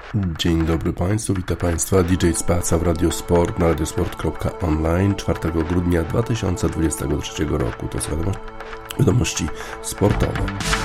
Dzień dobry Państwu, witam Państwa, DJ Spaca w Radio Sport na radiosport.online 4 grudnia 2023 roku. To są wiadomości sportowe.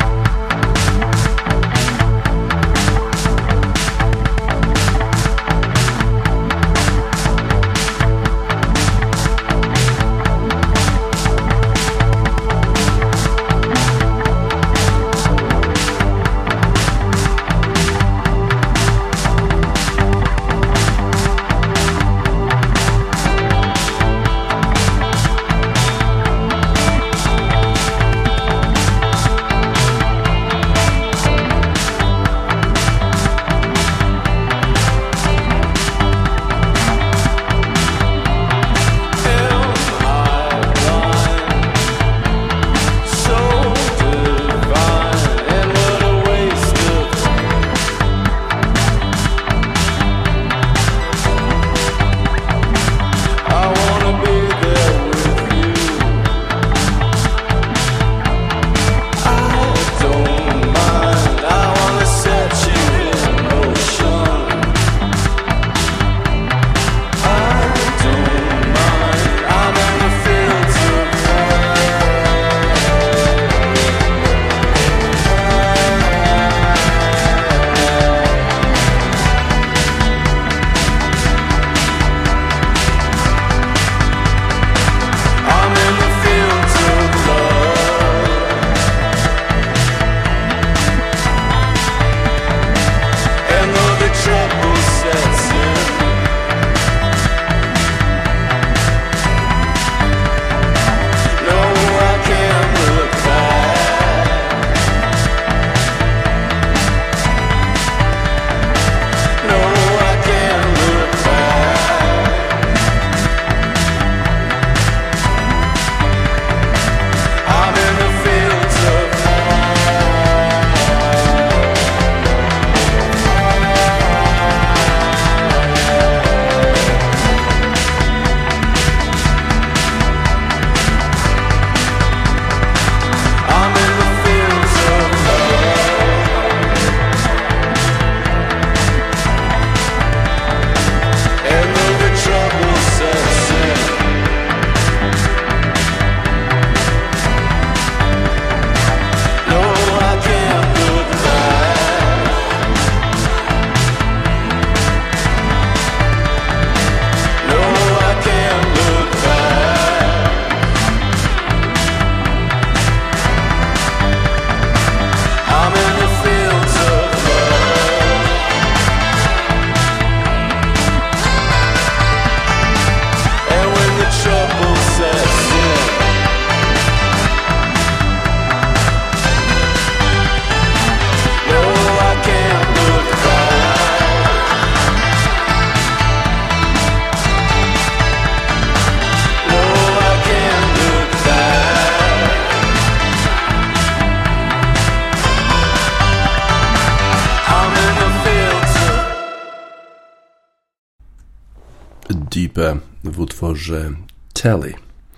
Deepe w utworze Telly.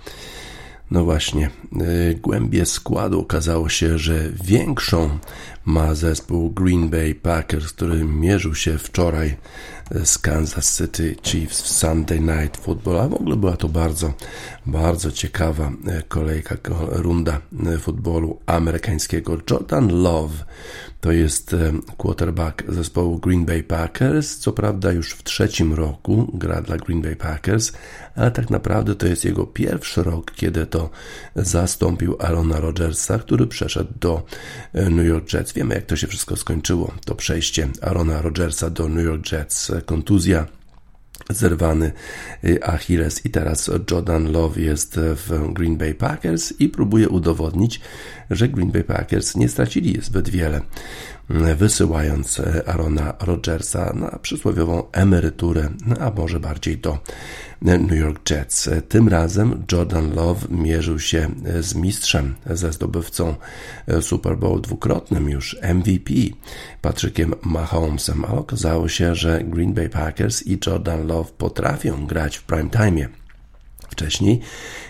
No właśnie, głębie składu okazało się, że większą ma zespół Green Bay Packers, który mierzył się wczoraj z Kansas City Chiefs w Sunday Night Football, a w ogóle była to bardzo ciekawa runda futbolu amerykańskiego. Jordan Love to jest quarterback zespołu Green Bay Packers, co prawda już w 3. roku gra dla Green Bay Packers, ale tak naprawdę to jest jego pierwszy rok, kiedy to zastąpił Aarona Rodgersa, który przeszedł do New York Jets. Wiemy, jak to się wszystko skończyło, to przejście Aarona Rodgersa do New York Jets, kontuzja, zerwany Achilles i teraz Jordan Love jest w Green Bay Packers i próbuje udowodnić, że Green Bay Packers nie stracili zbyt wiele, wysyłając Aarona Rodgersa na przysłowiową emeryturę, a może bardziej do New York Jets. Tym razem Jordan Love mierzył się z mistrzem, ze zdobywcą Super Bowl dwukrotnym już MVP, Patrickiem Mahomesem, a okazało się, że Green Bay Packers i Jordan Love potrafią grać w prime time. Wcześniej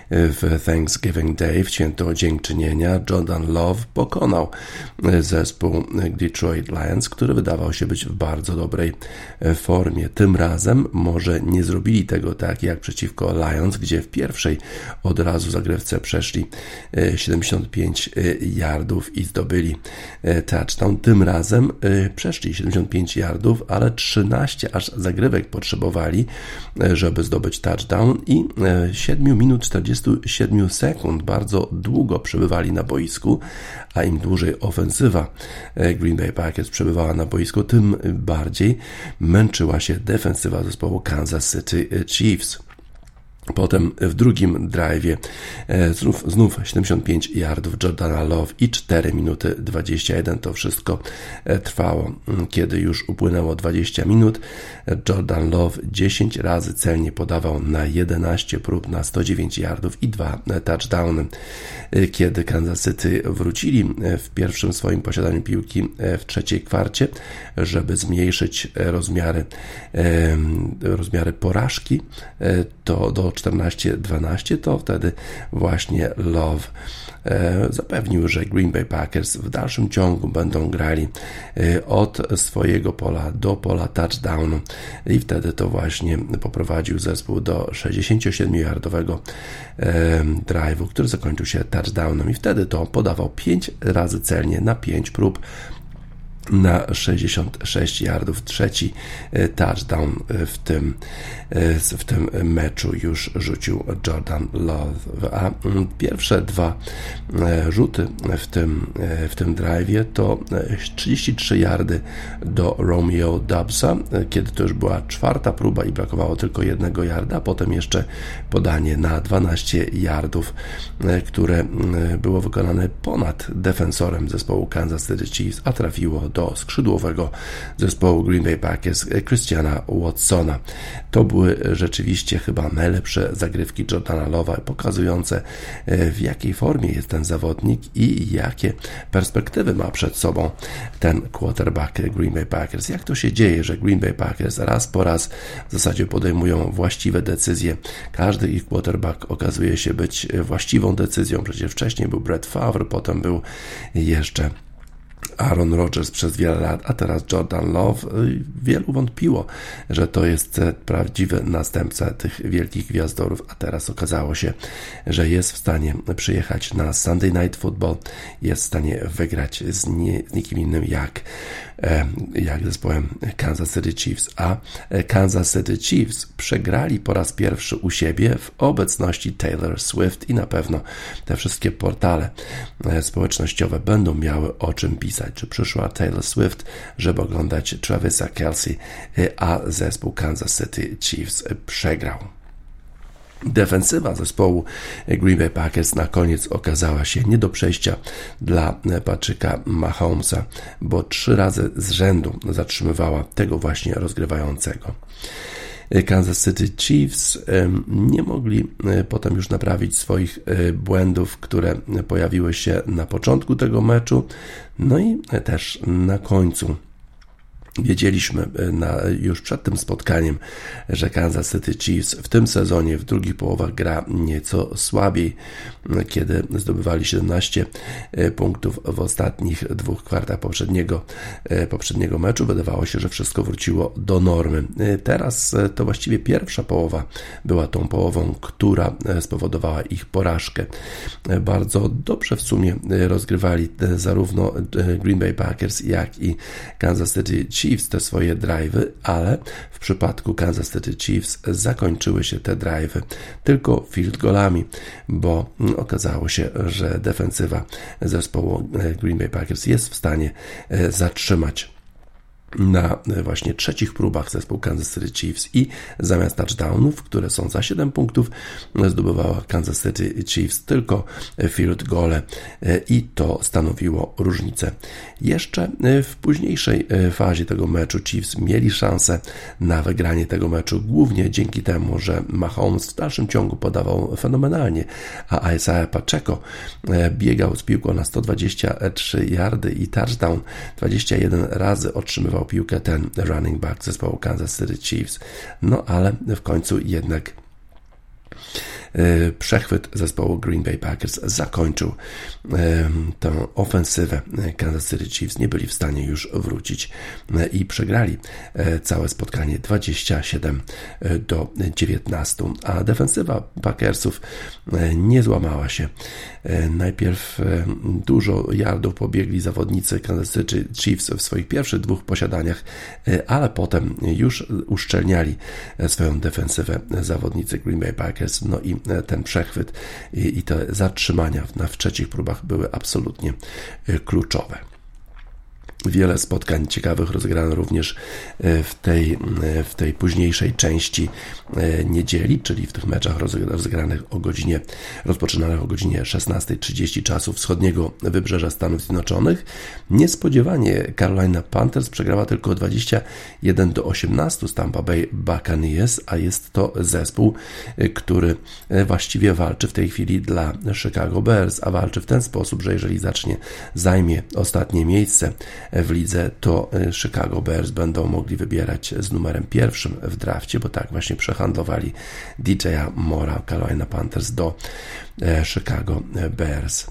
w Thanksgiving Day, w święto dziękczynienia, Jordan Love pokonał zespół Detroit Lions, który wydawał się być w bardzo dobrej formie. Tym razem może nie zrobili tego tak jak przeciwko Lions, gdzie w pierwszej od razu zagrywce przeszli 75 yardów i zdobyli touchdown. Tym razem przeszli 75 yardów, ale 13 aż zagrywek potrzebowali, żeby zdobyć touchdown i 7 minut 47 sekund bardzo długo przebywali na boisku, a im dłużej ofensywa Green Bay Packers przebywała na boisku, tym bardziej męczyła się defensywa zespołu Kansas City Chiefs. Potem w drugim drive'ie znów 75 yardów Jordana Love i 4 minuty 21. To wszystko trwało. Kiedy już upłynęło 20 minut, Jordan Love 10 razy celnie podawał na 11 prób na 109 yardów i 2 touchdowny. Kiedy Kansas City wrócili w pierwszym swoim posiadaniu piłki w trzeciej kwarcie, żeby zmniejszyć rozmiary porażki, to do 14-12, to wtedy właśnie Love zapewnił, że Green Bay Packers w dalszym ciągu będą grali od swojego pola do pola touchdownu i wtedy to właśnie poprowadził zespół do 67-yardowego drive'u, który zakończył się touchdownem i wtedy to podawał 5 razy celnie na 5 prób na 66 yardów. Trzeci touchdown w tym meczu już rzucił Jordan Love, a pierwsze dwa rzuty w tym drive'ie to 33 yardy do Romeo Doubsa, kiedy to już była czwarta próba i brakowało tylko 1 yarda, potem jeszcze podanie na 12 yardów, które było wykonane ponad defensorem zespołu Kansas City Chiefs, a trafiło do skrzydłowego zespołu Green Bay Packers Christiana Watsona. To były rzeczywiście chyba najlepsze zagrywki Jordana Love'a, pokazujące w jakiej formie jest ten zawodnik i jakie perspektywy ma przed sobą ten quarterback Green Bay Packers. Jak to się dzieje, że Green Bay Packers raz po raz w zasadzie podejmują właściwe decyzje. Każdy ich quarterback okazuje się być właściwą decyzją. Przecież wcześniej był Brett Favre, potem był jeszcze Aaron Rodgers przez wiele lat, a teraz Jordan Love. Wielu wątpiło, że to jest prawdziwy następca tych wielkich gwiazdorów, a teraz okazało się, że jest w stanie przyjechać na Sunday Night Football, jest w stanie wygrać z nikim innym jak zespołem Kansas City Chiefs, a Kansas City Chiefs przegrali po raz pierwszy u siebie w obecności Taylor Swift i na pewno te wszystkie portale społecznościowe będą miały o czym pisać, czy przyszła Taylor Swift, żeby oglądać Travisa Kelce, a zespół Kansas City Chiefs przegrał. Defensywa zespołu Green Bay Packers na koniec okazała się nie do przejścia dla Patricka Mahomesa, bo 3 razy z rzędu zatrzymywała tego właśnie rozgrywającego. Kansas City Chiefs nie mogli potem już naprawić swoich błędów, które pojawiły się na początku tego meczu, no i też na końcu. Wiedzieliśmy już przed tym spotkaniem, że Kansas City Chiefs w tym sezonie w drugich połowach gra nieco słabiej. Kiedy zdobywali 17 punktów w ostatnich 2 kwartach poprzedniego meczu, wydawało się, że wszystko wróciło do normy. Teraz to właściwie pierwsza połowa była tą połową, która spowodowała ich porażkę. Bardzo dobrze w sumie rozgrywali zarówno Green Bay Packers, jak i Kansas City Chiefs te swoje drive'y, ale w przypadku Kansas City Chiefs zakończyły się te drive'y tylko field goalami, bo okazało się, że defensywa zespołu Green Bay Packers jest w stanie zatrzymać na właśnie trzecich próbach zespół Kansas City Chiefs i zamiast touchdownów, które są za 7 punktów, zdobywała Kansas City Chiefs tylko field goale i to stanowiło różnicę. Jeszcze w późniejszej fazie tego meczu Chiefs mieli szansę na wygranie tego meczu, głównie dzięki temu, że Mahomes w dalszym ciągu podawał fenomenalnie, a Isaiah Pacheco biegał z piłką na 123 yardy i touchdown 21 razy otrzymywał piłkę ten running back zespołu Kansas City Chiefs. No ale w końcu jednak przechwyt zespołu Green Bay Packers zakończył tę ofensywę Kansas City Chiefs. Nie byli w stanie już wrócić i przegrali całe spotkanie 27-19, a defensywa Packersów nie złamała się. Najpierw dużo yardów pobiegli zawodnicy Kansas City Chiefs w swoich pierwszych dwóch posiadaniach, ale potem już uszczelniali swoją defensywę zawodnicy Green Bay Packers. No i ten przechwyt i te zatrzymania w trzecich próbach były absolutnie kluczowe. Wiele spotkań ciekawych rozegrano również w tej późniejszej części niedzieli, czyli w tych meczach rozpoczynanych o godzinie 16:30 czasu wschodniego wybrzeża Stanów Zjednoczonych. Niespodziewanie Carolina Panthers przegrała tylko 21-18 z Tampa Bay Buccaneers, a jest to zespół, który właściwie walczy w tej chwili dla Chicago Bears, a walczy w ten sposób, że jeżeli zajmie ostatnie miejsce w lidze, to Chicago Bears będą mogli wybierać z numerem 1 w drafcie, bo tak właśnie przehandlowali DJ-a Moore'a Carolina Panthers do Chicago Bears.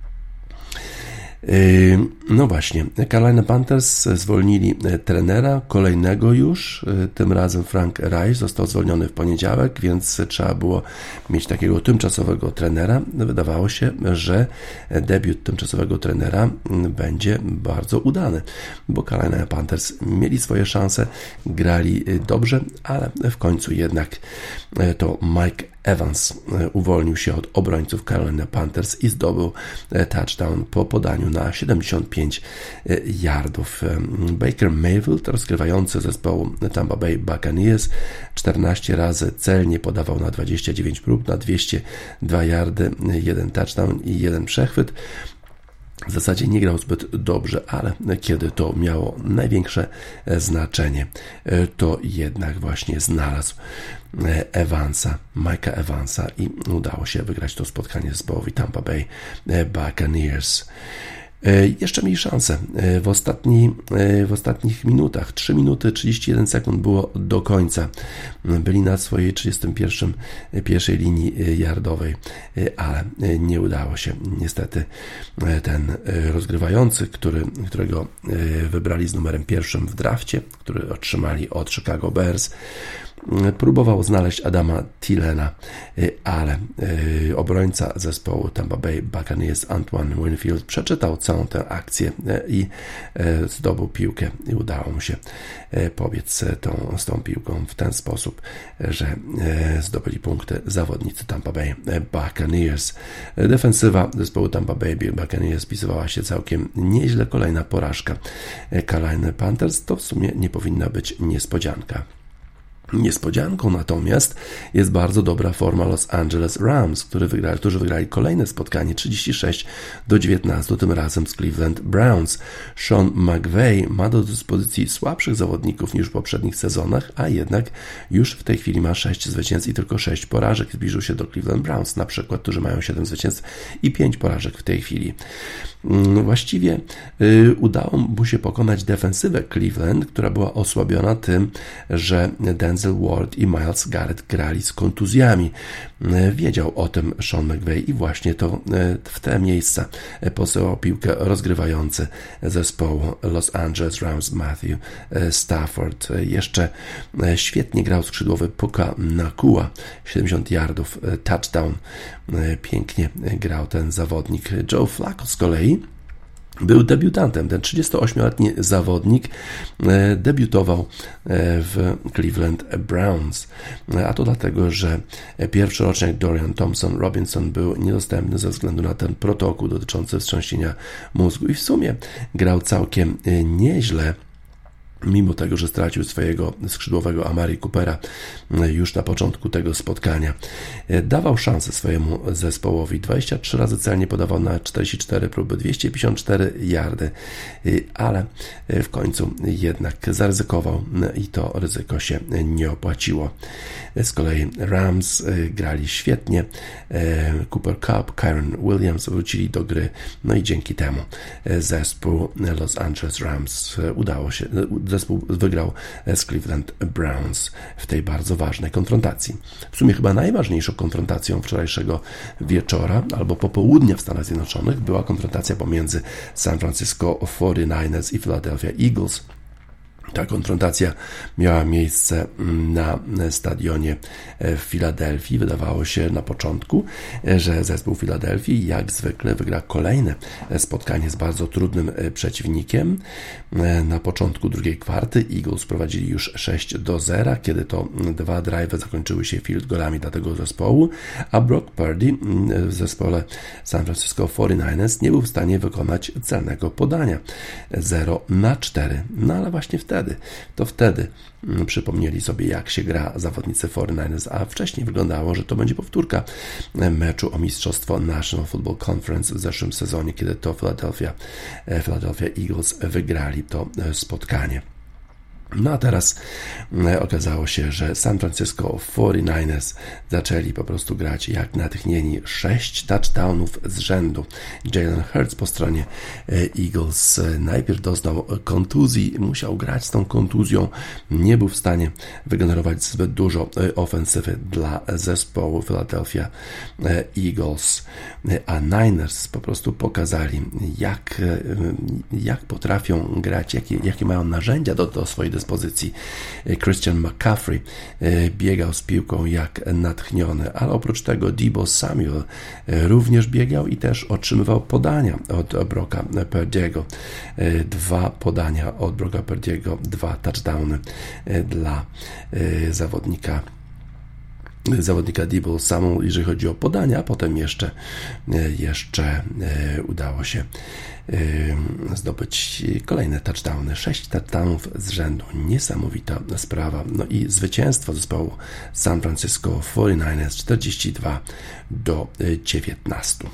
No właśnie, Carolina Panthers zwolnili trenera, kolejnego już, tym razem Frank Reich został zwolniony w poniedziałek, więc trzeba było mieć takiego tymczasowego trenera. Wydawało się, że debiut tymczasowego trenera będzie bardzo udany, bo Carolina Panthers mieli swoje szanse, grali dobrze, ale w końcu jednak to Mike Evans uwolnił się od obrońców Carolina Panthers i zdobył touchdown po podaniu na 75 yardów. Baker Mayfield, rozgrywający zespołu Tampa Bay Buccaneers, 14 razy celnie podawał na 29 prób, na 202 yardy, 1 touchdown i 1 przechwyt. W zasadzie nie grał zbyt dobrze, ale kiedy to miało największe znaczenie, to jednak właśnie znalazł Mike'a Evansa i udało się wygrać to spotkanie zespołowi Tampa Bay Buccaneers. Jeszcze mieli szansę w ostatnich minutach. 3 minuty 31 sekund było do końca. Byli na swojej 31 pierwszej linii yardowej, ale nie udało się. Niestety ten rozgrywający, którego wybrali z numerem 1 w drafcie, który otrzymali od Chicago Bears, próbował znaleźć Adama Thielena, ale obrońca zespołu Tampa Bay Buccaneers Antoine Winfield przeczytał całą tę akcję i zdobył piłkę i udało mu się pobiec z tą piłką w ten sposób, że zdobyli punkty zawodnicy Tampa Bay Buccaneers. Defensywa zespołu Tampa Bay Buccaneers spisywała się całkiem nieźle. Kolejna porażka Carolina Panthers to w sumie nie powinna być niespodzianka. Niespodzianką natomiast jest bardzo dobra forma Los Angeles Rams, którzy wygrali kolejne spotkanie 36-19, tym razem z Cleveland Browns. Sean McVay ma do dyspozycji słabszych zawodników niż w poprzednich sezonach, a jednak już w tej chwili ma 6 zwycięstw i tylko 6 porażek. Zbliżył się do Cleveland Browns na przykład, którzy mają 7 zwycięstw i 5 porażek w tej chwili. Właściwie udało mu się pokonać defensywę Cleveland, która była osłabiona tym, że Denzel Ward i Myles Garrett grali z kontuzjami. Wiedział o tym Sean McVay i właśnie to w te miejsca posyłał piłkę rozgrywający zespołu Los Angeles Rams Matthew Stafford. Jeszcze świetnie grał skrzydłowy Puka Nacua, 70 yardów, touchdown. Pięknie grał ten zawodnik. Joe Flacco z kolei był debiutantem. Ten 38-letni zawodnik debiutował w Cleveland Browns, a to dlatego, że pierwszoroczniak Dorian Thompson-Robinson był niedostępny ze względu na ten protokół dotyczący wstrząsienia mózgu i w sumie grał całkiem nieźle, mimo tego, że stracił swojego skrzydłowego Amari Coopera już na początku tego spotkania. Dawał szansę swojemu zespołowi. 23 razy celnie podawał na 44 próby, 254 yardy, ale w końcu jednak zaryzykował i to ryzyko się nie opłaciło. Z kolei Rams grali świetnie. Cooper Kupp, Kyren Williams wrócili do gry, no i dzięki temu zespół Los Angeles Rams zespół wygrał z Cleveland Browns w tej bardzo ważnej konfrontacji. W sumie chyba najważniejszą konfrontacją wczorajszego wieczora albo popołudnia w Stanach Zjednoczonych była konfrontacja pomiędzy San Francisco 49ers i Philadelphia Eagles. Ta konfrontacja miała miejsce na stadionie w Filadelfii. Wydawało się na początku, że zespół Filadelfii jak zwykle wygra kolejne spotkanie z bardzo trudnym przeciwnikiem. Na początku drugiej kwarty Eagles prowadzili już 6-0, kiedy to 2 drive'y zakończyły się field goalami dla tego zespołu, a Brock Purdy w zespole San Francisco 49ers nie był w stanie wykonać celnego podania. 0-4. No ale właśnie wtedy przypomnieli sobie, jak się gra zawodnicy 49ers, a wcześniej wyglądało, że to będzie powtórka meczu o mistrzostwo National Football Conference w zeszłym sezonie, kiedy to Philadelphia Eagles wygrali to spotkanie. No a teraz okazało się, że San Francisco 49ers zaczęli po prostu grać jak natchnieni. 6 touchdownów z rzędu. Jalen Hurts po stronie Eagles najpierw doznał kontuzji, musiał grać z tą kontuzją, nie był w stanie wygenerować zbyt dużo ofensywy dla zespołu Philadelphia Eagles, a Niners po prostu pokazali, jak potrafią grać, jakie mają narzędzia do swojej dyspozycji. Christian McCaffrey biegał z piłką jak natchniony, ale oprócz tego Deebo Samuel również biegał i też otrzymywał podania od Brocka Purdy'ego. 2 podania od Brocka Purdy'ego, 2 touchdowny dla zawodnika Deebo Samuel, jeżeli chodzi o podania, a potem jeszcze udało się zdobyć kolejne touchdowny. 6 touchdownów z rzędu. Niesamowita sprawa. No i zwycięstwo zespołu San Francisco 49ers 42-19.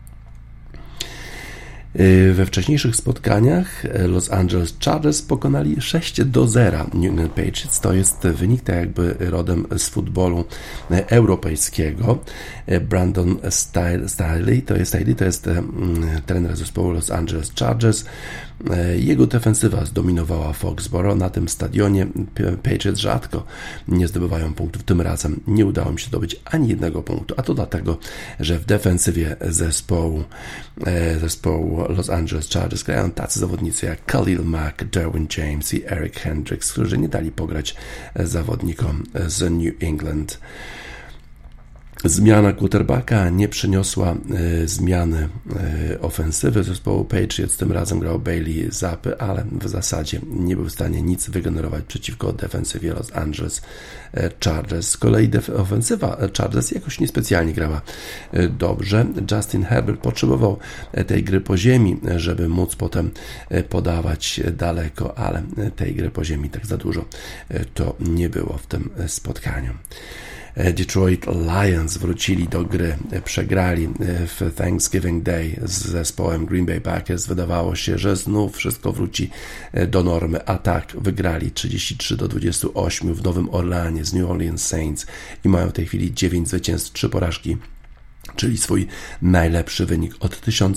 We wcześniejszych spotkaniach Los Angeles Chargers pokonali 6-0 New England Patriots. To jest wynik tak jakby rodem z futbolu europejskiego. Brandon Staley to jest trener zespołu Los Angeles Chargers. Jego defensywa zdominowała Foxborough. Na tym stadionie Patriots rzadko nie zdobywają punktów. Tym razem nie udało im się zdobyć ani jednego punktu, a to dlatego, że w defensywie zespołu Los Angeles Chargers grają tacy zawodnicy jak Khalil Mack, Derwin James i Eric Hendricks, którzy nie dali pograć zawodnikom z New England. Zmiana quarterbacka nie przyniosła zmiany ofensywy zespołu Patriots. Tym razem grał Bailey Zappi, ale w zasadzie nie był w stanie nic wygenerować przeciwko defensywie Los Angeles Chargers. Z kolei ofensywa Chargers jakoś niespecjalnie grała dobrze. Justin Herbert potrzebował tej gry po ziemi, żeby móc potem podawać daleko, ale tej gry po ziemi tak za dużo to nie było w tym spotkaniu. Detroit Lions wrócili do gry, przegrali w Thanksgiving Day z zespołem Green Bay Packers. Wydawało się, że znów wszystko wróci do normy, a tak wygrali 33-28 w Nowym Orleanie z New Orleans Saints i mają w tej chwili 9 zwycięstw, 3 porażki, czyli swój najlepszy wynik od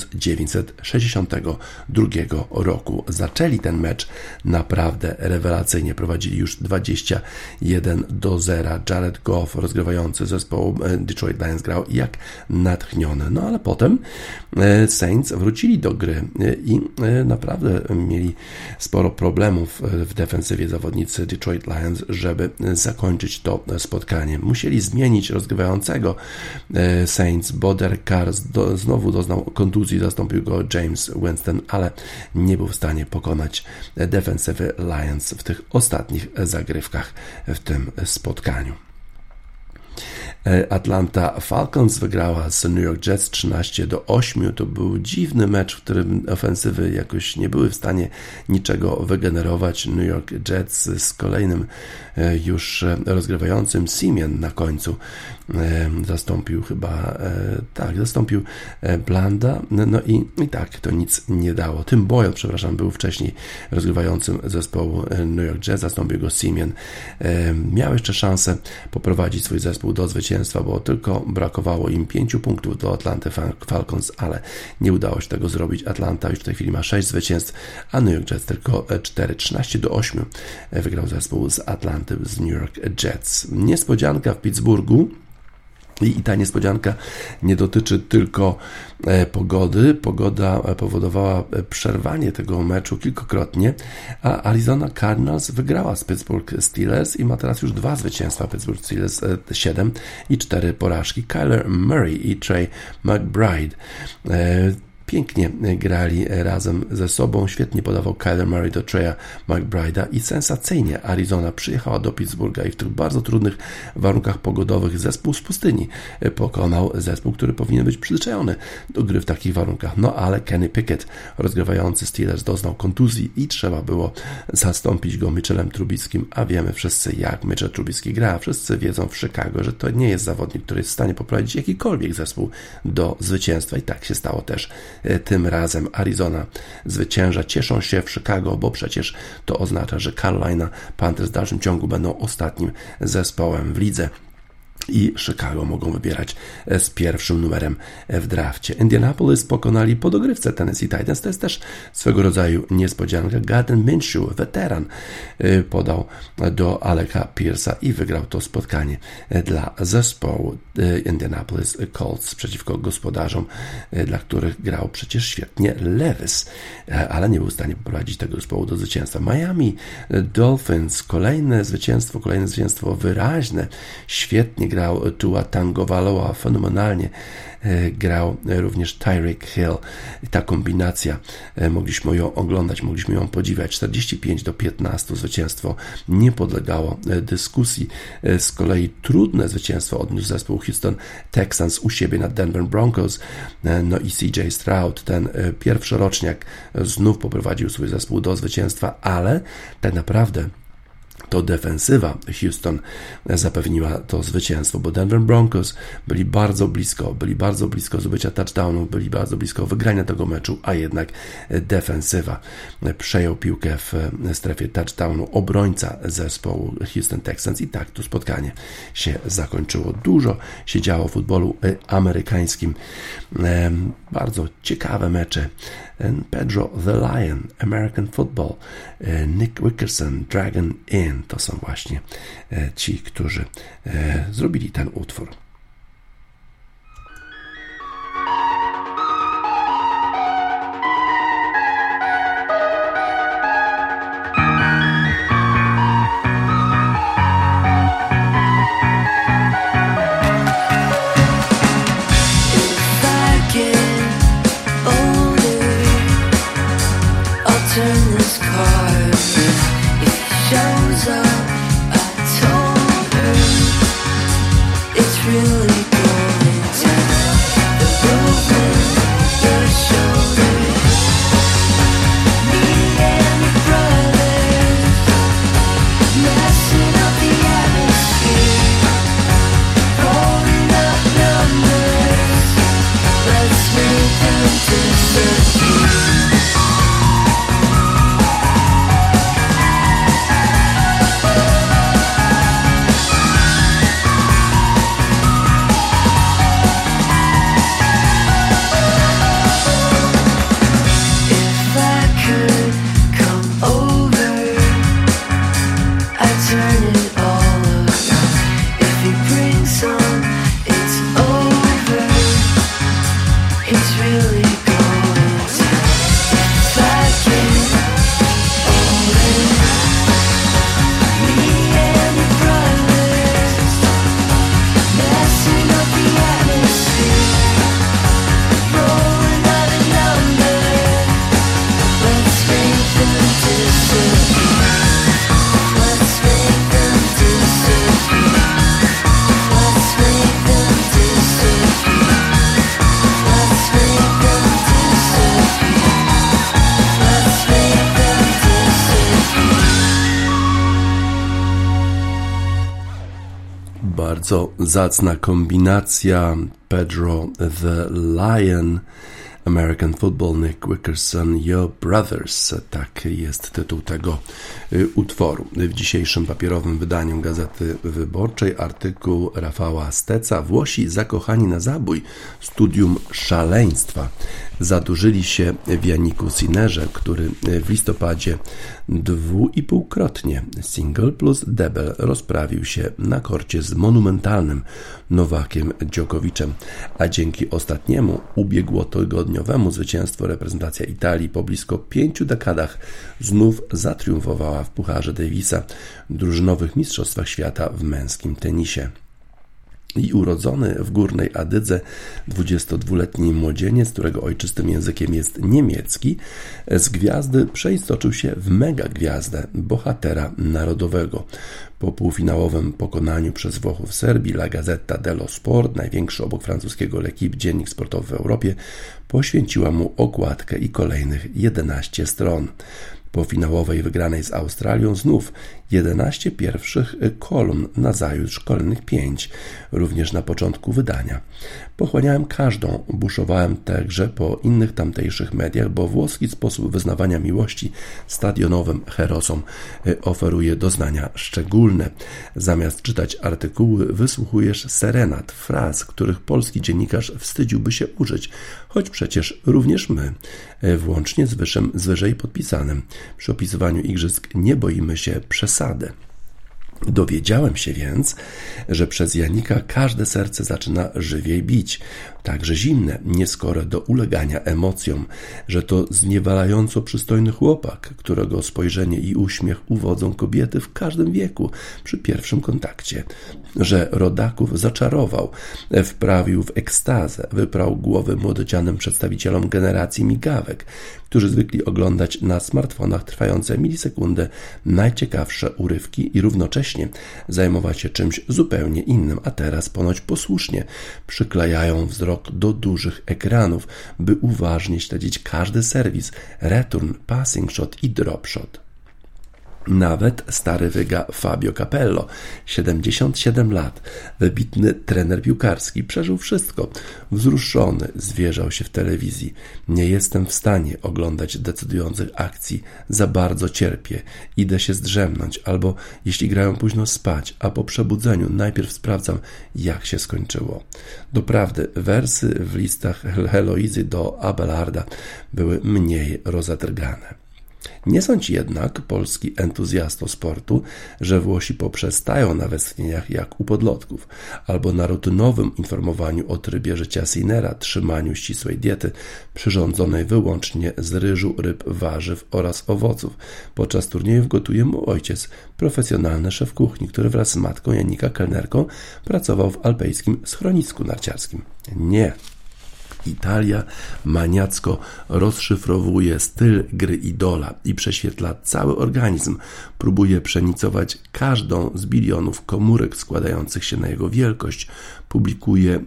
1962 roku. Zaczęli ten mecz naprawdę rewelacyjnie. Prowadzili już 21-0. Jared Goff, rozgrywający zespołu Detroit Lions, grał jak natchniony. No ale potem Saints wrócili do gry i naprawdę mieli sporo problemów w defensywie zawodnicy Detroit Lions, żeby zakończyć to spotkanie. Musieli zmienić rozgrywającego Saints, bo Derek Carr znowu doznał kontuzji, zastąpił go James Winston, ale nie był w stanie pokonać defensywy Lions w tych ostatnich zagrywkach w tym spotkaniu. Atlanta Falcons wygrała z New York Jets 13-8. To był dziwny mecz, w którym ofensywy jakoś nie były w stanie niczego wygenerować. New York Jets z kolejnym już rozgrywającym Siemian na końcu zastąpił chyba, zastąpił Blanda, no i tak to nic nie dało. Tim Boyle, był wcześniej rozgrywającym zespołu New York Jets, zastąpił go Simeon. Miał jeszcze szansę poprowadzić swój zespół do zwycięstwa, bo tylko brakowało im 5 punktów do Atlanty Falcons, ale nie udało się tego zrobić. Atlanta już w tej chwili ma 6 zwycięstw, a New York Jets tylko 4, 13-8 wygrał zespół z Atlanty, z New York Jets. Niespodzianka w Pittsburghu. I ta niespodzianka nie dotyczy tylko pogody. Pogoda powodowała przerwanie tego meczu kilkukrotnie, a Arizona Cardinals wygrała z Pittsburgh Steelers i ma teraz już 2 zwycięstwa. Pittsburgh Steelers 7 i 4 porażki. Kyler Murray i Trey McBride pięknie grali razem ze sobą, świetnie podawał Kyler Murray do Treya McBride'a i sensacyjnie Arizona przyjechała do Pittsburgha i w tych bardzo trudnych warunkach pogodowych zespół z pustyni pokonał zespół, który powinien być przyzwyczajony do gry w takich warunkach. No ale Kenny Pickett, rozgrywający Steelers, doznał kontuzji i trzeba było zastąpić go Mitchellem Trubiskim, a wiemy wszyscy, jak Mitchell Trubisky gra. Wszyscy wiedzą w Chicago, że to nie jest zawodnik, który jest w stanie poprowadzić jakikolwiek zespół do zwycięstwa i tak się stało też tym razem. Arizona zwycięża, cieszą się w Chicago, bo przecież to oznacza, że Carolina Panthers w dalszym ciągu będą ostatnim zespołem w lidze i Chicago mogą wybierać z pierwszym numerem w drafcie. Indianapolis pokonali po dogrywce Tennessee Titans. To jest też swego rodzaju niespodzianka. Gardner Minshew, weteran, podał do Aleka Pierce'a i wygrał to spotkanie dla zespołu Indianapolis Colts przeciwko gospodarzom, dla których grał przecież świetnie Levis, ale nie był w stanie poprowadzić tego zespołu do zwycięstwa. Miami Dolphins, kolejne zwycięstwo wyraźne, świetnie grał Tua Tagovailoa, fenomenalnie grał również Tyreek Hill. I ta kombinacja, mogliśmy ją oglądać, mogliśmy ją podziwiać. 45-15 zwycięstwo nie podlegało dyskusji. Z kolei trudne zwycięstwo odniósł zespół Houston Texans u siebie nad Denver Broncos. No i CJ Stroud, ten pierwszoroczniak, znów poprowadził swój zespół do zwycięstwa, ale tak naprawdę to defensywa Houston zapewniła to zwycięstwo, bo Denver Broncos byli bardzo blisko zdobycia touchdownu, byli bardzo blisko wygrania tego meczu, a jednak defensywa przejął piłkę w strefie touchdownu obrońca zespołu Houston Texans i tak to spotkanie się zakończyło. Dużo się działo w futbolu amerykańskim. Bardzo ciekawe mecze. Pedro the Lion, American Football, Nick Wickerson, Dragon Inn. To są właśnie ci, którzy zrobili ten utwór. Bardzo zacna kombinacja. Pedro the Lion, American Football, Nick Wickerson, Your Brothers. Tak jest tytuł tego utworu. W dzisiejszym papierowym wydaniu Gazety Wyborczej artykuł Rafała Steca. Włosi zakochani na zabój. Studium szaleństwa. Zadłużyli się w Janiku Sinnerze, który w listopadzie 2,5-krotnie single plus double rozprawił się na korcie z monumentalnym Nowakiem Djokoviczem, a dzięki ostatniemu ubiegłotygodniowemu zwycięstwu reprezentacja Italii po blisko 5 dekadach znów zatriumfowała w Pucharze Davisa, drużynowych mistrzostwach świata w męskim tenisie. I urodzony w Górnej Adydze 22-letni młodzieniec, którego ojczystym językiem jest niemiecki, z gwiazdy przeistoczył się w megagwiazdę, bohatera narodowego. Po półfinałowym pokonaniu przez Włochów Serbii La Gazzetta dello Sport, największy obok francuskiego L'Équipe dziennik sportowy w Europie, poświęciła mu okładkę i kolejnych 11 stron. Po finałowej wygranej z Australią znów 11 pierwszych kolumn, nazajutrz kolejnych 5, również na początku wydania. Pochłaniałem każdą, buszowałem także po innych tamtejszych mediach, bo włoski sposób wyznawania miłości stadionowym herosom oferuje doznania szczególne. Zamiast czytać artykuły, wysłuchujesz serenad, fraz, których polski dziennikarz wstydziłby się użyć, choć przecież również my, włącznie z wyżej podpisanym. Przy opisywaniu igrzysk nie boimy się przesady. Dowiedziałem się więc, że przez Janika każde serce zaczyna żywiej bić, także zimne, nieskore do ulegania emocjom, że to zniewalająco przystojny chłopak, którego spojrzenie i uśmiech uwodzą kobiety w każdym wieku przy pierwszym kontakcie, że rodaków zaczarował, wprawił w ekstazę, wyprał głowy młodocianym przedstawicielom generacji migawek, którzy zwykli oglądać na smartfonach trwające milisekundę najciekawsze urywki i równocześnie zajmować się czymś zupełnie innym, a teraz ponoć posłusznie przyklejają wzrok do dużych ekranów, by uważnie śledzić każdy serwis, return, passing shot i drop shot. Nawet stary wyga Fabio Capello, 77 lat, wybitny trener piłkarski, przeżył wszystko. Wzruszony zwierzał się w telewizji. Nie jestem w stanie oglądać decydujących akcji, za bardzo cierpię, idę się zdrzemnąć, albo jeśli grają późno spać, a po przebudzeniu najpierw sprawdzam, jak się skończyło. Doprawdy, wersy w listach Heloizy do Abelarda były mniej rozedrgane. Nie sądź jednak, polski entuzjasto sportu, że Włosi poprzestają na westchnieniach jak u podlotków, albo na rutynowym informowaniu o trybie życia Sinnera, trzymaniu ścisłej diety, przyrządzonej wyłącznie z ryżu, ryb, warzyw oraz owoców. Podczas turniejów gotuje mu ojciec, profesjonalny szef kuchni, który wraz z matką Janika kelnerką pracował w alpejskim schronisku narciarskim. Nie. Italia maniacko rozszyfrowuje styl gry idola i prześwietla cały organizm. Próbuje przenicować każdą z bilionów komórek składających się na jego wielkość. Publikuje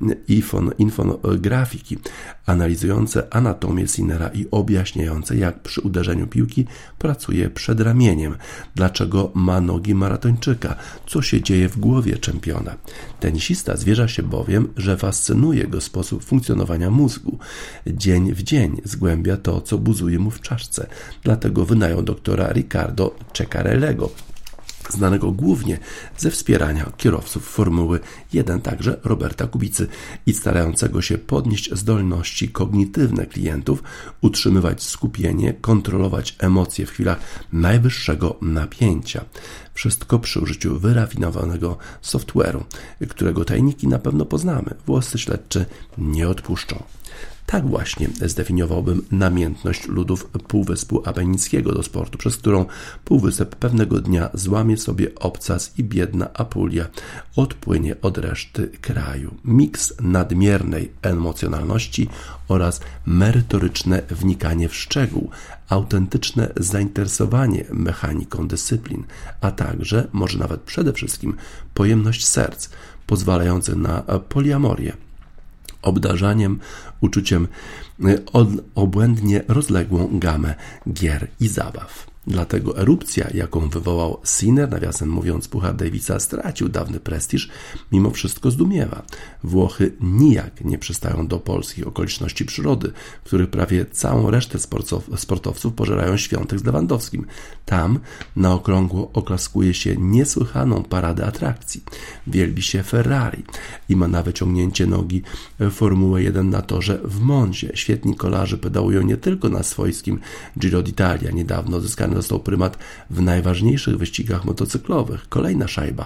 infografiki analizujące anatomię Sinnera i objaśniające, jak przy uderzeniu piłki pracuje przed ramieniem, dlaczego ma nogi maratończyka, co się dzieje w głowie czempiona. Tenisista zwierza się bowiem, że fascynuje go sposób funkcjonowania mózgu. Dzień w dzień zgłębia to, co buzuje mu w czaszce. Dlatego wynajął doktora Riccardo Ceccarelliego, znanego głównie ze wspierania kierowców Formuły 1, także Roberta Kubicy, i starającego się podnieść zdolności kognitywne klientów, utrzymywać skupienie, kontrolować emocje w chwilach najwyższego napięcia. Wszystko przy użyciu wyrafinowanego software'u, którego tajniki na pewno poznamy. Włoscy śledczy nie odpuszczą. Tak właśnie zdefiniowałbym namiętność ludów Półwyspu Apenickiego do sportu, przez którą Półwysep pewnego dnia złamie sobie obcas i biedna Apulia odpłynie od reszty kraju. Miks nadmiernej emocjonalności oraz merytoryczne wnikanie w szczegół, autentyczne zainteresowanie mechaniką dyscyplin, a także, może nawet przede wszystkim, pojemność serc, pozwalające na poliamorię, obdarzaniem uczuciem obłędnie rozległą gamę gier i zabaw. Dlatego erupcja, jaką wywołał Sinner, nawiasem mówiąc, Puchar Davisa stracił dawny prestiż, mimo wszystko zdumiewa. Włochy nijak nie przystają do polskich okoliczności przyrody, w których prawie całą resztę sportowców pożerają Świątek z Lewandowskim. Tam na okrągło oklaskuje się niesłychaną paradę atrakcji. Wielbi się Ferrari i ma na wyciągnięcie nogi Formułę 1 na torze w Monzie. Świetni kolarze pedałują nie tylko na swojskim Giro d'Italia. Niedawno odzyskany został prymat w najważniejszych wyścigach motocyklowych. Kolejna szajba.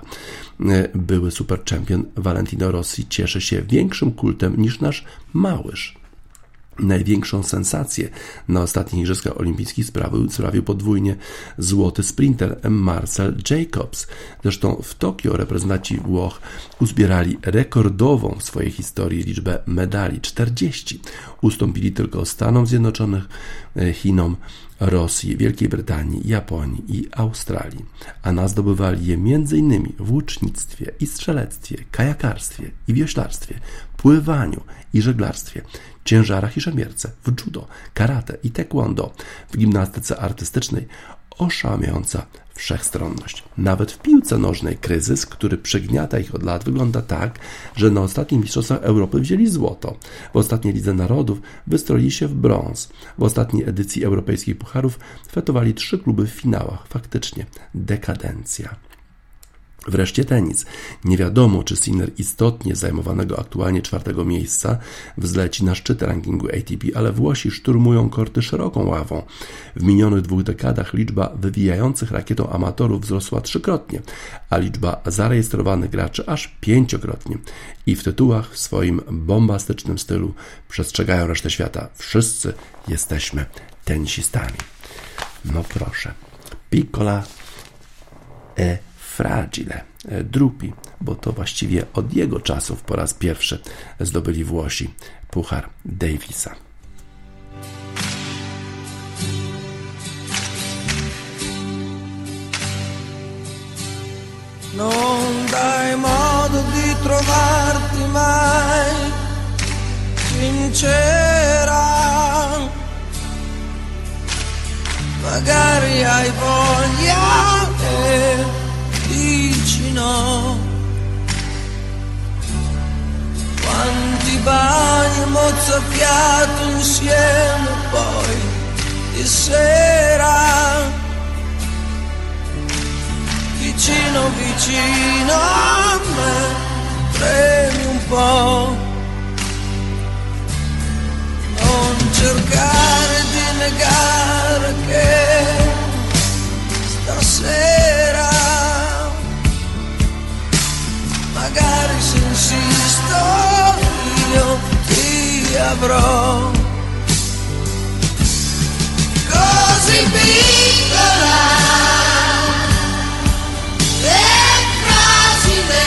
Były superczempion Valentino Rossi cieszy się większym kultem niż nasz Małysz. Największą sensację na ostatnich Igrzyskach Olimpijskich sprawił podwójnie złoty sprinter Marcel Jacobs. Zresztą w Tokio reprezentanci Włoch uzbierali rekordową w swojej historii liczbę medali, 40. Ustąpili tylko Stanom Zjednoczonych, Chinom, Rosji, Wielkiej Brytanii, Japonii i Australii, a zdobywali je m.in. w łucznictwie i strzelectwie, kajakarstwie i wioślarstwie, pływaniu i żeglarstwie, ciężarach i szemierce, w judo, karate i taekwondo, w gimnastyce artystycznej oszałamiająca wszechstronność. Nawet w piłce nożnej kryzys, który przygniata ich od lat, wygląda tak, że na ostatnich Mistrzostwach Europy wzięli złoto. W ostatniej Lidze Narodów wystroili się w brąz. W ostatniej edycji europejskich pucharów fetowali 3 kluby w finałach. Faktycznie dekadencja. Wreszcie tenis. Nie wiadomo, czy Sinner istotnie zajmowanego aktualnie 4. miejsca wzleci na szczyt rankingu ATP, ale Włosi szturmują korty szeroką ławą. W minionych 2 dekadach liczba wywijających rakietą amatorów wzrosła 3-krotnie, a liczba zarejestrowanych graczy aż 5-krotnie. I w tytułach w swoim bombastycznym stylu przestrzegają resztę świata. Wszyscy jesteśmy tenisistami. No proszę. Piccola fragile, drupi, bo to właściwie od jego czasów po raz pierwszy zdobyli Włosi Puchar Davisa. Non dai modo di trovarti mai sincera, magari hai voglia e dici no. Quanti bagni mozzafiato insieme poi di sera, vicino vicino a me, premi un po'. Non cercare di negare che stasera magari se insisto io ti avrò. Così piccola e fragile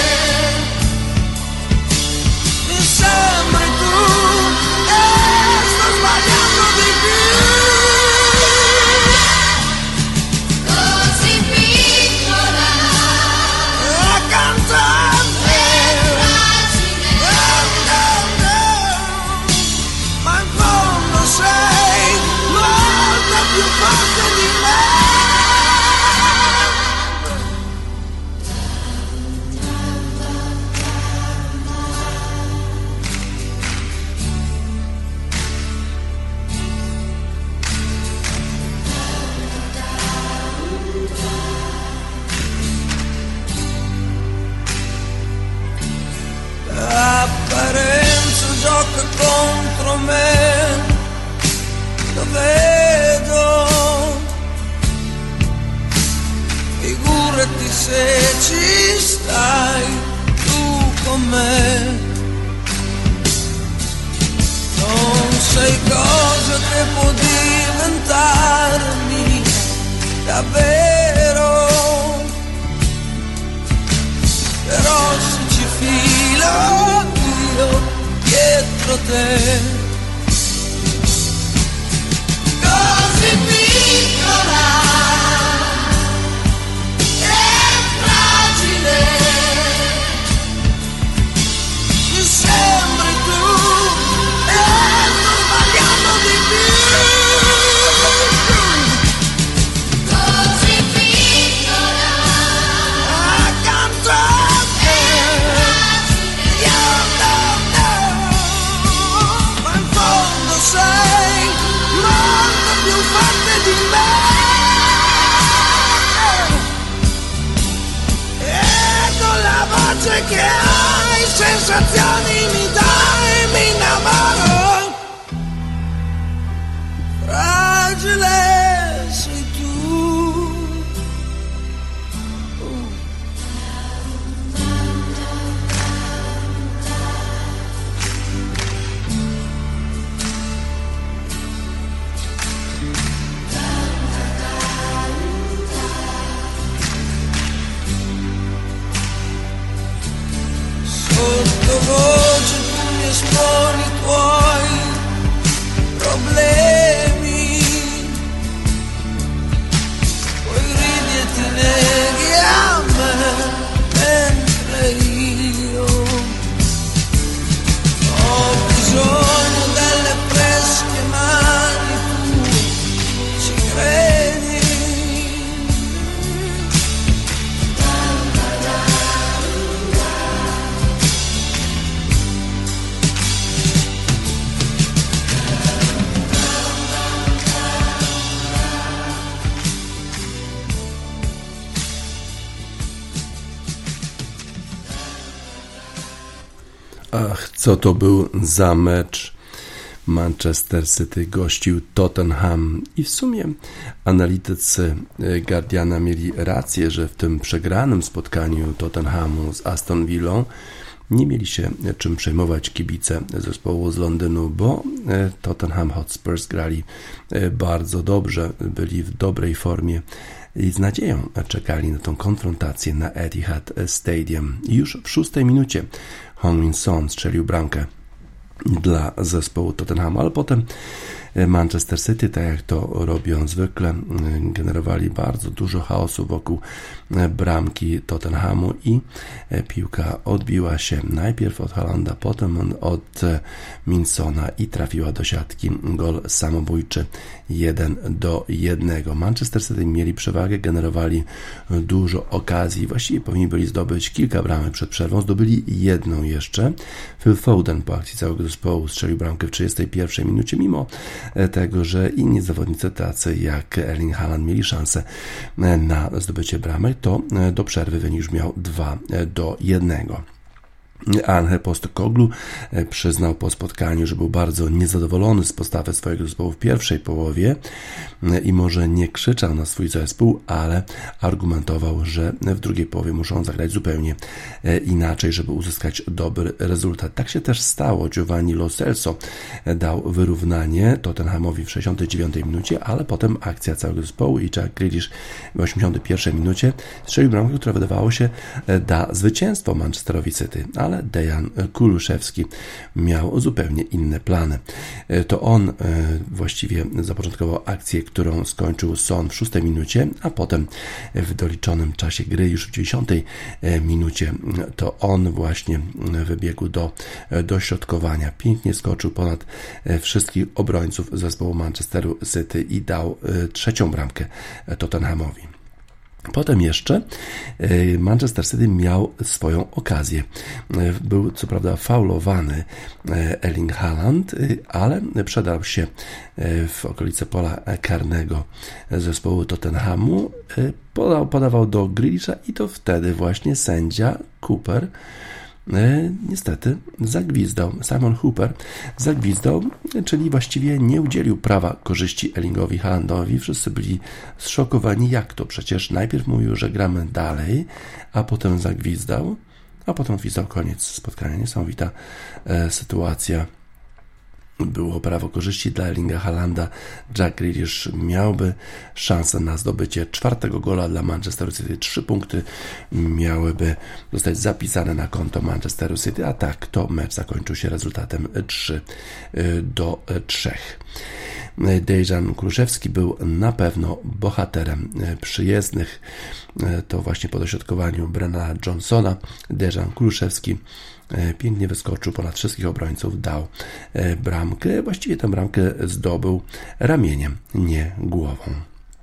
mi sembri tu e sto sbagliando di più. Così piccola accanto a me ma in fondo sei molto più forte di me. L'apparenza gioca contro me, lo vedo, figurati se ci stai tu con me. Non sei cosa che può diventarmi davvero, però se ci filo io dietro te. Così piccola e fragile mi sembri tu e sto sbagliando di più. che hai sensazioni mi dai, mi innamoro. Fragile sei tu. Sottovoce tu mi esponi i tuoi problemi, poi ridi e ti neghi a me, mentre io ho bisogno delle fresche mani, tu ci credi? Ach, co to był za mecz. Manchester City gościł Tottenham i w sumie analitycy Guardiana mieli rację, że w tym przegranym spotkaniu Tottenhamu z Aston Villą nie mieli się czym przejmować kibice zespołu z Londynu, bo Tottenham Hotspurs grali bardzo dobrze, byli w dobrej formie i z nadzieją czekali na tą konfrontację na Etihad Stadium. I już w 6 minucie Heung-min Son strzelił bramkę dla zespołu Tottenhamu, ale potem Manchester City, tak jak to robią zwykle, generowali bardzo dużo chaosu wokół bramki Tottenhamu i piłka odbiła się najpierw od Haalanda, potem od Minsona i trafiła do siatki. Gol samobójczy 1-1. Manchester City mieli przewagę, generowali dużo okazji, właściwie powinni byli zdobyć kilka bramek przed przerwą, zdobyli jedną jeszcze. Phil Foden po akcji całego zespołu strzelił bramkę w 31 minucie, mimo tego, że inni zawodnicy tacy jak Erling Haaland mieli szansę na zdobycie bramek, to do przerwy wynik już miał 2-1. Ange Postecoglou przyznał po spotkaniu, że był bardzo niezadowolony z postawy swojego zespołu w pierwszej połowie i może nie krzyczał na swój zespół, ale argumentował, że w drugiej połowie muszą zagrać zupełnie inaczej, żeby uzyskać dobry rezultat. Tak się też stało. Giovanni Lo Celso dał wyrównanie Tottenhamowi w 69 minucie, ale potem akcja całego zespołu i Jack Grealish w 81 minucie strzelił bramkę, która wydawało się da zwycięstwo Manchesterowi City, ale Dejan Kulusevski miał zupełnie inne plany. To on właściwie zapoczątkował akcję, którą skończył Son w 6 minucie, a potem w doliczonym czasie gry już w 90 minucie to on właśnie wybiegł do dośrodkowania. Pięknie skoczył ponad wszystkich obrońców zespołu Manchesteru City i dał trzecią bramkę Tottenhamowi. Potem jeszcze Manchester City miał swoją okazję. Był co prawda faulowany Erling Haaland, ale przedał się w okolice pola karnego zespołu Tottenhamu. Podawał do Grealisha i to wtedy właśnie sędzia Cooper niestety zagwizdał. Simon Hooper zagwizdał, czyli właściwie nie udzielił prawa korzyści Erlingowi Haalandowi. Wszyscy byli zszokowani, jak to? Przecież najpierw mówił, że gramy dalej, a potem zagwizdał, a potem gwizdał koniec spotkania. Niesamowita sytuacja. Było prawo korzyści dla Erlinga Haalanda. Jack Grealish miałby szansę na zdobycie 4. gola dla Manchester City. 3 punkty miałyby zostać zapisane na konto Manchesteru City, a tak to mecz zakończył się rezultatem 3-3. Dejan Kulusevski był na pewno bohaterem przyjezdnych. To właśnie po dośrodkowaniu Brennana Johnsona Dejan Kulusevski pięknie wyskoczył ponad wszystkich obrońców, dał bramkę. Właściwie tę bramkę zdobył ramieniem, nie głową.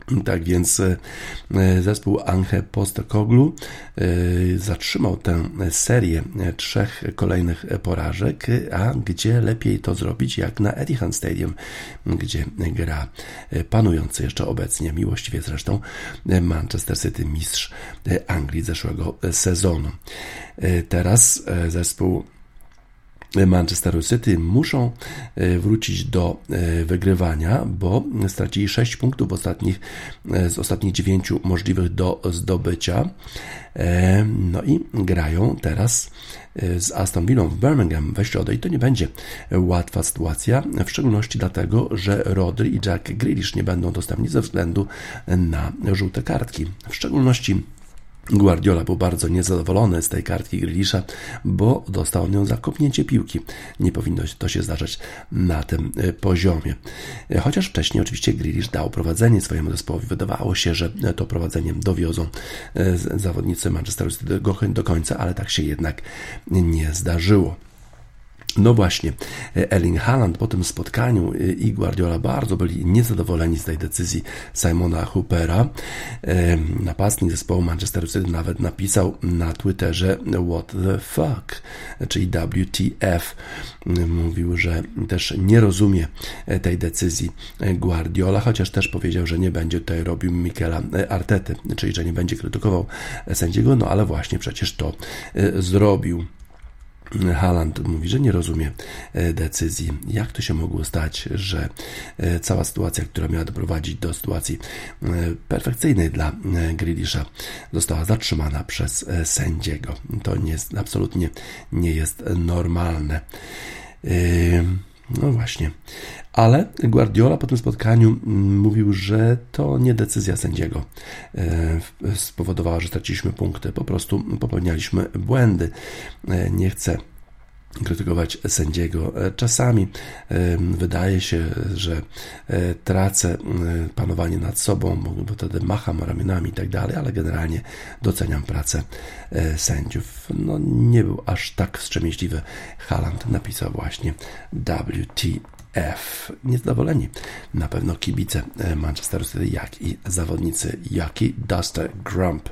Tak więc zespół Ange Postecoglou zatrzymał tę serię 3 kolejnych porażek, a gdzie lepiej to zrobić jak na Etihad Stadium, gdzie gra panujący jeszcze obecnie, miłościwie zresztą, Manchester City, mistrz Anglii zeszłego sezonu. Teraz zespół Manchesteru City muszą wrócić do wygrywania, bo stracili 6 punktów z ostatnich 9 możliwych do zdobycia. No i grają teraz z Aston Villą w Birmingham we środę i to nie będzie łatwa sytuacja, w szczególności dlatego, że Rodri i Jack Grealish nie będą dostępni ze względu na żółte kartki. W szczególności Guardiola był bardzo niezadowolony z tej kartki Grealisha, bo dostał on ją za kopnięcie piłki. Nie powinno to się zdarzać na tym poziomie. Chociaż wcześniej oczywiście Grealish dał prowadzenie swojemu zespołowi. Wydawało się, że to prowadzenie dowiozą zawodnicy Manchesteru City do końca, ale tak się jednak nie zdarzyło. No właśnie, Erling Haaland po tym spotkaniu i Guardiola bardzo byli niezadowoleni z tej decyzji Simona Hoopera. Napastnik zespołu Manchester City nawet napisał na Twitterze what the fuck, czyli WTF. Mówił, że też nie rozumie tej decyzji Guardiola, chociaż też powiedział, że nie będzie tutaj robił Mikela Artety, czyli że nie będzie krytykował sędziego, no ale właśnie przecież to zrobił. Haaland mówi, że nie rozumie decyzji. Jak to się mogło stać, że cała sytuacja, która miała doprowadzić do sytuacji perfekcyjnej dla Grealisha, została zatrzymana przez sędziego. To absolutnie nie jest normalne. No właśnie. Ale Guardiola po tym spotkaniu mówił, że to nie decyzja sędziego spowodowała, że straciliśmy punkty. Po prostu popełnialiśmy błędy. Nie chcę krytykować sędziego. Czasami wydaje się, że tracę panowanie nad sobą, bo wtedy macham ramionami i tak dalej, ale generalnie doceniam pracę sędziów. No, nie był aż tak wstrzemięźliwy. Haaland napisał właśnie WTF. Niezadowoleni na pewno kibice Manchesteru City, jak i zawodnicy Jaki Duster Grump.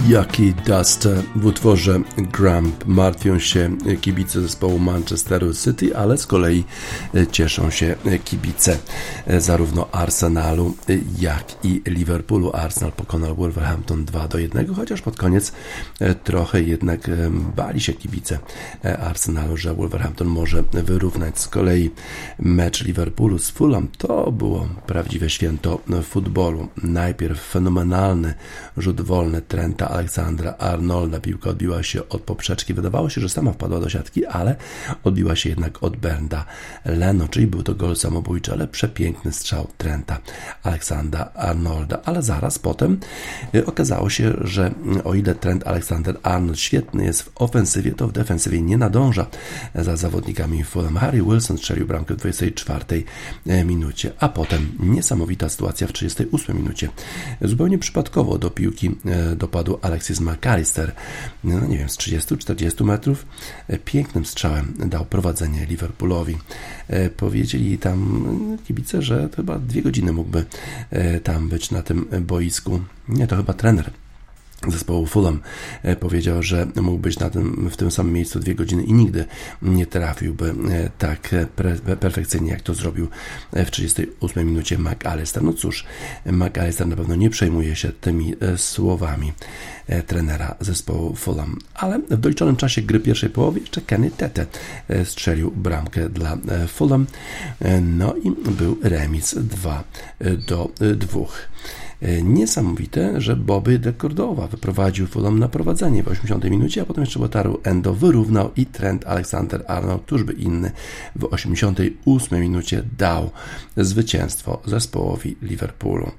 Jaki Dust w utworze Grump. Martwią się kibice zespołu Manchesteru City, ale z kolei cieszą się kibice zarówno Arsenalu, jak i Liverpoolu. Arsenal pokonał Wolverhampton 2-1, chociaż pod koniec trochę jednak bali się kibice Arsenalu, że Wolverhampton może wyrównać. Z kolei mecz Liverpoolu z Fulham to było prawdziwe święto futbolu. Najpierw fenomenalny rzut wolny Trenta Alexandra-Arnolda. Piłka odbiła się od poprzeczki. Wydawało się, że sama wpadła do siatki, ale odbiła się jednak od Bernda Leno, czyli był to gol samobójczy, ale przepiękny strzał Trenta Alexandra-Arnolda. Ale zaraz potem okazało się, że o ile Trent Alexander-Arnold świetny jest w ofensywie, to w defensywie nie nadąża za zawodnikami Fulham. Harry Wilson strzelił bramkę w 24 minucie, a potem niesamowita sytuacja w 38 minucie. Zupełnie przypadkowo do piłki dopadł Alexis McAllister, nie wiem, z 30-40 metrów. Pięknym strzałem dał prowadzenie Liverpoolowi. Powiedzieli tam kibice, że chyba 2 godziny mógłby tam być na tym boisku. Nie, to chyba trener zespołu Fulham powiedział, że mógł być w tym samym miejscu 2 godziny i nigdy nie trafiłby tak perfekcyjnie, jak to zrobił w 38 minucie McAllister. No cóż, McAllister na pewno nie przejmuje się tymi słowami trenera zespołu Fulham, ale w doliczonym czasie gry pierwszej połowy jeszcze Kenny Tete strzelił bramkę dla Fulham, no i był remis 2-2. Niesamowite, że Bobby de Cordova wyprowadził Fulham na prowadzenie w 80 minucie, a potem jeszcze Wataru Endo wyrównał i Trent Alexander-Arnold, któż by inny, w 88 minucie dał zwycięstwo zespołowi Liverpoolu.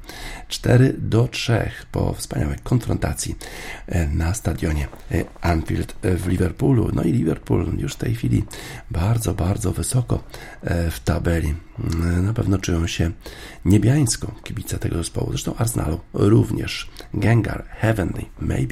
4-3 po wspaniałej konfrontacji na stadionie Anfield w Liverpoolu. No i Liverpool już w tej chwili bardzo, bardzo wysoko w tabeli. Na pewno czują się niebiańsko kibice tego zespołu. Zresztą Arsenalu również. Gengar, Heavenly, Maybe.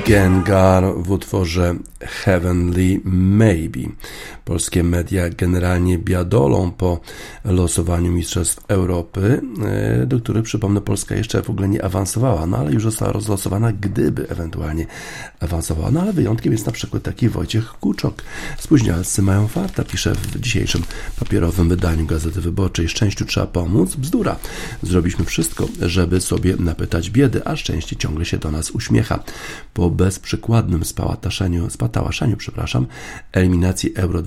Gengar w utworze Heavenly Maybe. Polskie media generalnie biadolą po losowaniu Mistrzostw Europy, do których, przypomnę, Polska jeszcze w ogóle nie awansowała, no ale już została rozlosowana, gdyby ewentualnie awansowała. No ale wyjątkiem jest na przykład taki Wojciech Kuczok. Spóźnialscy mają farta, pisze w dzisiejszym papierowym wydaniu Gazety Wyborczej. Szczęściu trzeba pomóc? Bzdura. Zrobiliśmy wszystko, żeby sobie napytać biedy, a szczęście ciągle się do nas uśmiecha. Po bezprzykładnym spatałaszaniu, eliminacji Euro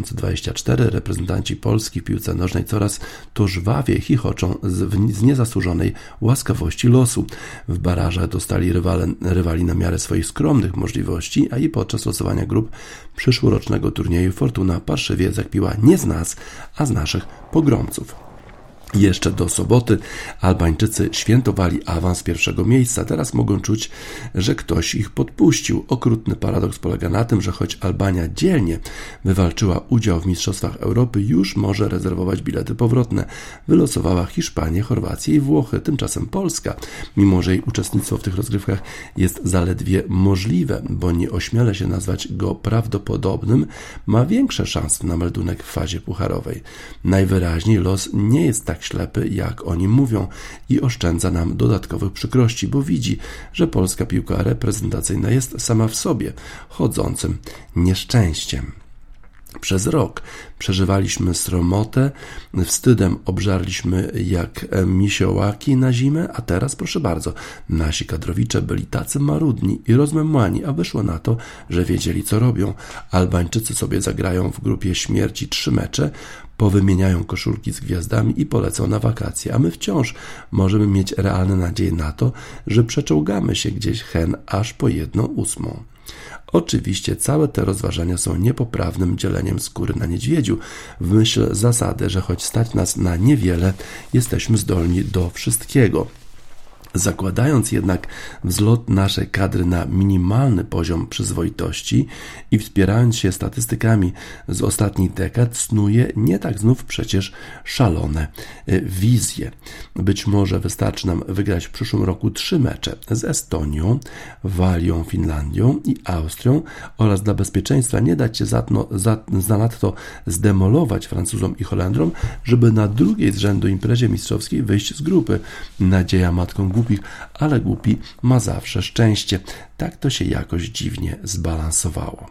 2024 reprezentanci Polski w piłce nożnej coraz to żwawiej chichoczą z niezasłużonej łaskawości losu. W barażach dostali rywali na miarę swoich skromnych możliwości, a i podczas losowania grup przyszłorocznego turnieju Fortuna parszywie zakpiła nie z nas, a z naszych pogromców. Jeszcze do soboty Albańczycy świętowali awans pierwszego miejsca. Teraz mogą czuć, że ktoś ich podpuścił. Okrutny paradoks polega na tym, że choć Albania dzielnie wywalczyła udział w Mistrzostwach Europy, już może rezerwować bilety powrotne. Wylosowała Hiszpanię, Chorwację i Włochy. Tymczasem Polska, mimo że jej uczestnictwo w tych rozgrywkach jest zaledwie możliwe, bo nie ośmielę się nazwać go prawdopodobnym, ma większe szanse na meldunek w fazie pucharowej. Najwyraźniej los nie jest tak ślepy, jak oni mówią, i oszczędza nam dodatkowych przykrości, bo widzi, że polska piłka reprezentacyjna jest sama w sobie chodzącym nieszczęściem. Przez rok przeżywaliśmy sromotę, wstydem obżarliśmy jak misiołaki na zimę, a teraz, proszę bardzo, nasi kadrowicze byli tacy marudni i rozmemłani, a wyszło na to, że wiedzieli, co robią. Albańczycy sobie zagrają w grupie śmierci 3 mecze, powymieniają koszulki z gwiazdami i polecą na wakacje, a my wciąż możemy mieć realne nadzieje na to, że przeczołgamy się gdzieś aż po 1/8. Oczywiście całe te rozważania są niepoprawnym dzieleniem skóry na niedźwiedziu, w myśl zasady, że choć stać nas na niewiele, jesteśmy zdolni do wszystkiego. Zakładając jednak wzlot naszej kadry na minimalny poziom przyzwoitości i wspierając się statystykami z ostatnich dekad, snuje nie tak znów przecież szalone wizje. Być może wystarczy nam wygrać w przyszłym roku 3 mecze z Estonią, Walią, Finlandią i Austrią oraz dla bezpieczeństwa nie dać się zanadto zdemolować Francuzom i Holendrom, żeby na drugiej z rzędu imprezie mistrzowskiej wyjść z grupy. Nadzieja matką głupich, ale głupi ma zawsze szczęście. Tak to się jakoś dziwnie zbalansowało.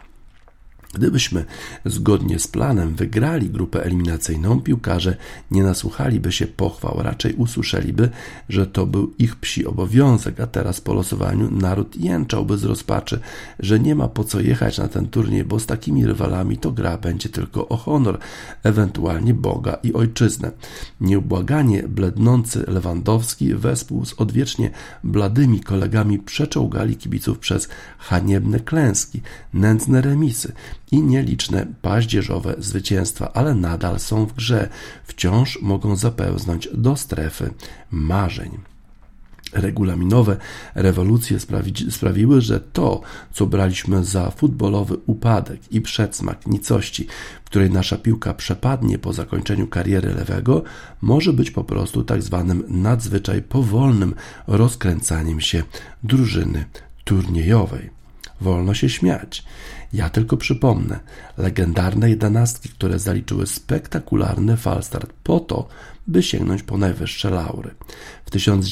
Gdybyśmy zgodnie z planem wygrali grupę eliminacyjną, piłkarze nie nasłuchaliby się pochwał, raczej usłyszeliby, że to był ich psi obowiązek, a teraz po losowaniu naród jęczałby z rozpaczy, że nie ma po co jechać na ten turniej, bo z takimi rywalami to gra będzie tylko o honor, ewentualnie Boga i ojczyznę. Nieubłaganie blednący Lewandowski wespół z odwiecznie bladymi kolegami przeczołgali kibiców przez haniebne klęski, nędzne remisy i nieliczne paździerzowe zwycięstwa, ale nadal są w grze. Wciąż mogą zapełznąć do strefy marzeń. Regulaminowe rewolucje sprawiły, że to, co braliśmy za futbolowy upadek i przedsmak nicości, w której nasza piłka przepadnie po zakończeniu kariery lewego, może być po prostu tak zwanym nadzwyczaj powolnym rozkręcaniem się drużyny turniejowej. Wolno się śmiać. Ja tylko przypomnę legendarne 11, które zaliczyły spektakularny falstart po to, by sięgnąć po najwyższe laury. W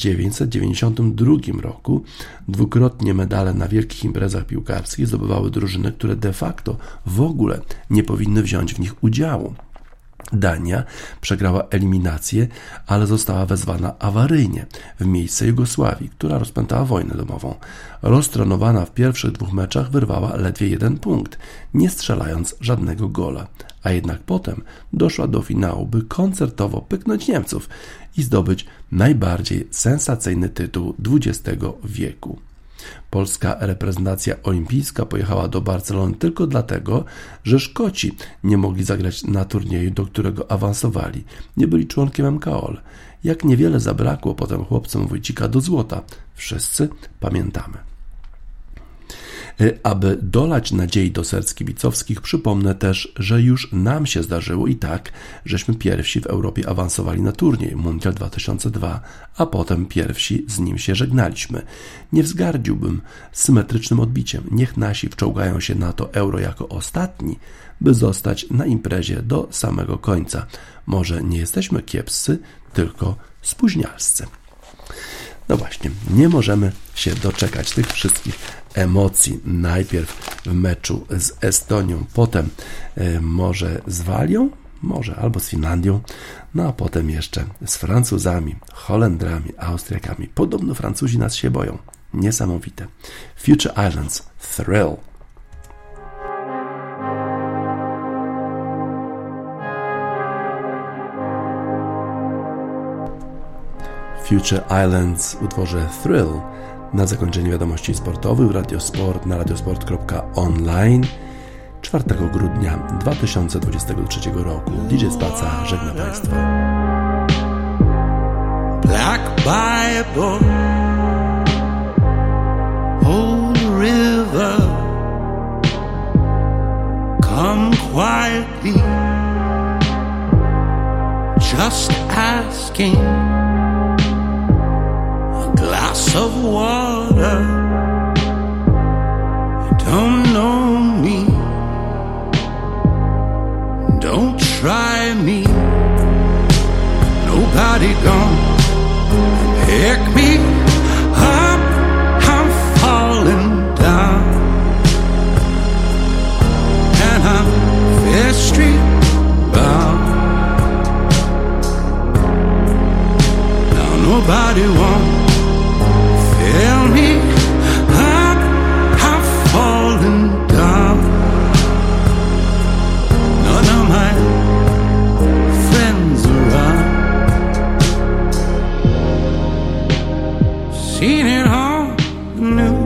1992 roku dwukrotnie medale na wielkich imprezach piłkarskich zdobywały drużyny, które de facto w ogóle nie powinny wziąć w nich udziału. Dania przegrała eliminację, ale została wezwana awaryjnie w miejsce Jugosławii, która rozpętała wojnę domową. Roztronowana w pierwszych 2 meczach wyrwała ledwie 1 punkt, nie strzelając żadnego gola, a jednak potem doszła do finału, by koncertowo pyknąć Niemców i zdobyć najbardziej sensacyjny tytuł XX wieku. Polska reprezentacja olimpijska pojechała do Barcelony tylko dlatego, że Szkoci nie mogli zagrać na turnieju, do którego awansowali. Nie byli członkiem MKOL. Jak niewiele zabrakło potem chłopcom Wójcika do złota. Wszyscy pamiętamy. Aby dolać nadziei do serc kibicowskich, przypomnę też, że już nam się zdarzyło i tak, żeśmy pierwsi w Europie awansowali na turniej Mundial 2002, a potem pierwsi z nim się żegnaliśmy. Nie wzgardziłbym symetrycznym odbiciem. Niech nasi wczołgają się na to Euro jako ostatni, by zostać na imprezie do samego końca. Może nie jesteśmy kiepscy, tylko spóźnialscy. No właśnie, nie możemy się doczekać tych wszystkich emocji. Najpierw w meczu z Estonią, potem może z Walią, może albo z Finlandią, no a potem jeszcze z Francuzami, Holendrami, Austriakami. Podobno Francuzi nas się boją. Niesamowite. Future Islands, Thrill. Future Islands w utworze Thrill na zakończenie wiadomości sportowych Radio Sport na radiosport.online 4 grudnia 2023 roku. DJ Spaca żegna Państwa. Black Bible, old river, come quietly, just asking glass of water. You don't know me, don't try me. Nobody gonna pick me up. I'm falling down, and I'm Fifth Street bound. Now nobody won't fill me up, I'm falling down. None of my friends around. Seen it on the news.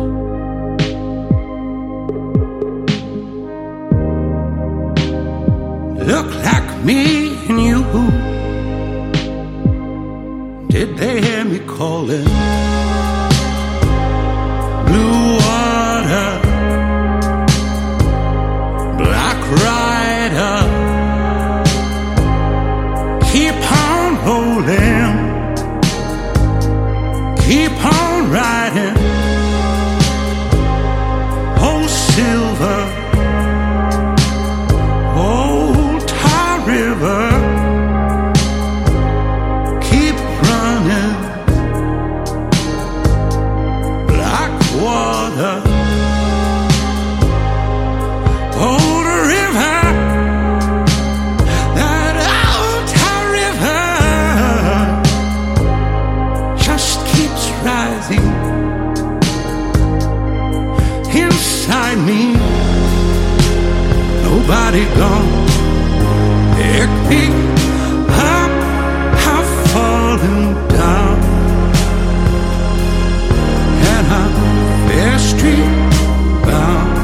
Look like me and you. Did they hear me calling? Blue water, black rider, keep on rolling, keep on riding. Oh, silver, old Tar River, keep running. Water, old river, that old Tar River just keeps rising inside me. Nobody gonna pick me up, I'm falling down, and I'm Fair Street bound.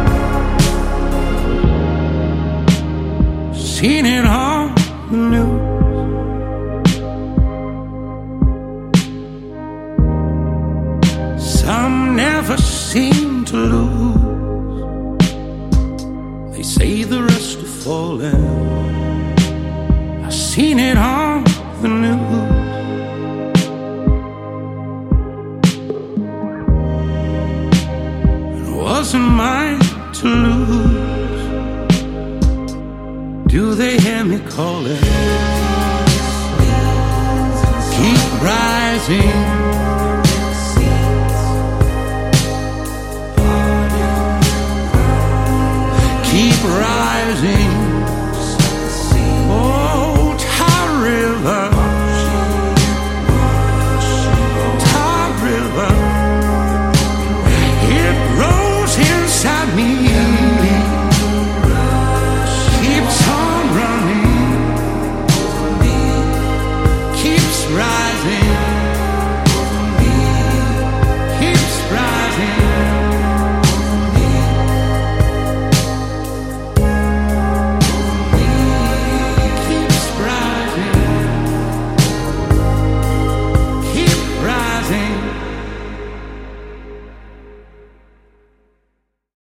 Seen it on the news. Some never seem to lose. They say the rest are falling. I've seen it on the news. Wasn't mine to lose. Do they hear me calling? Keep rising, keep rising.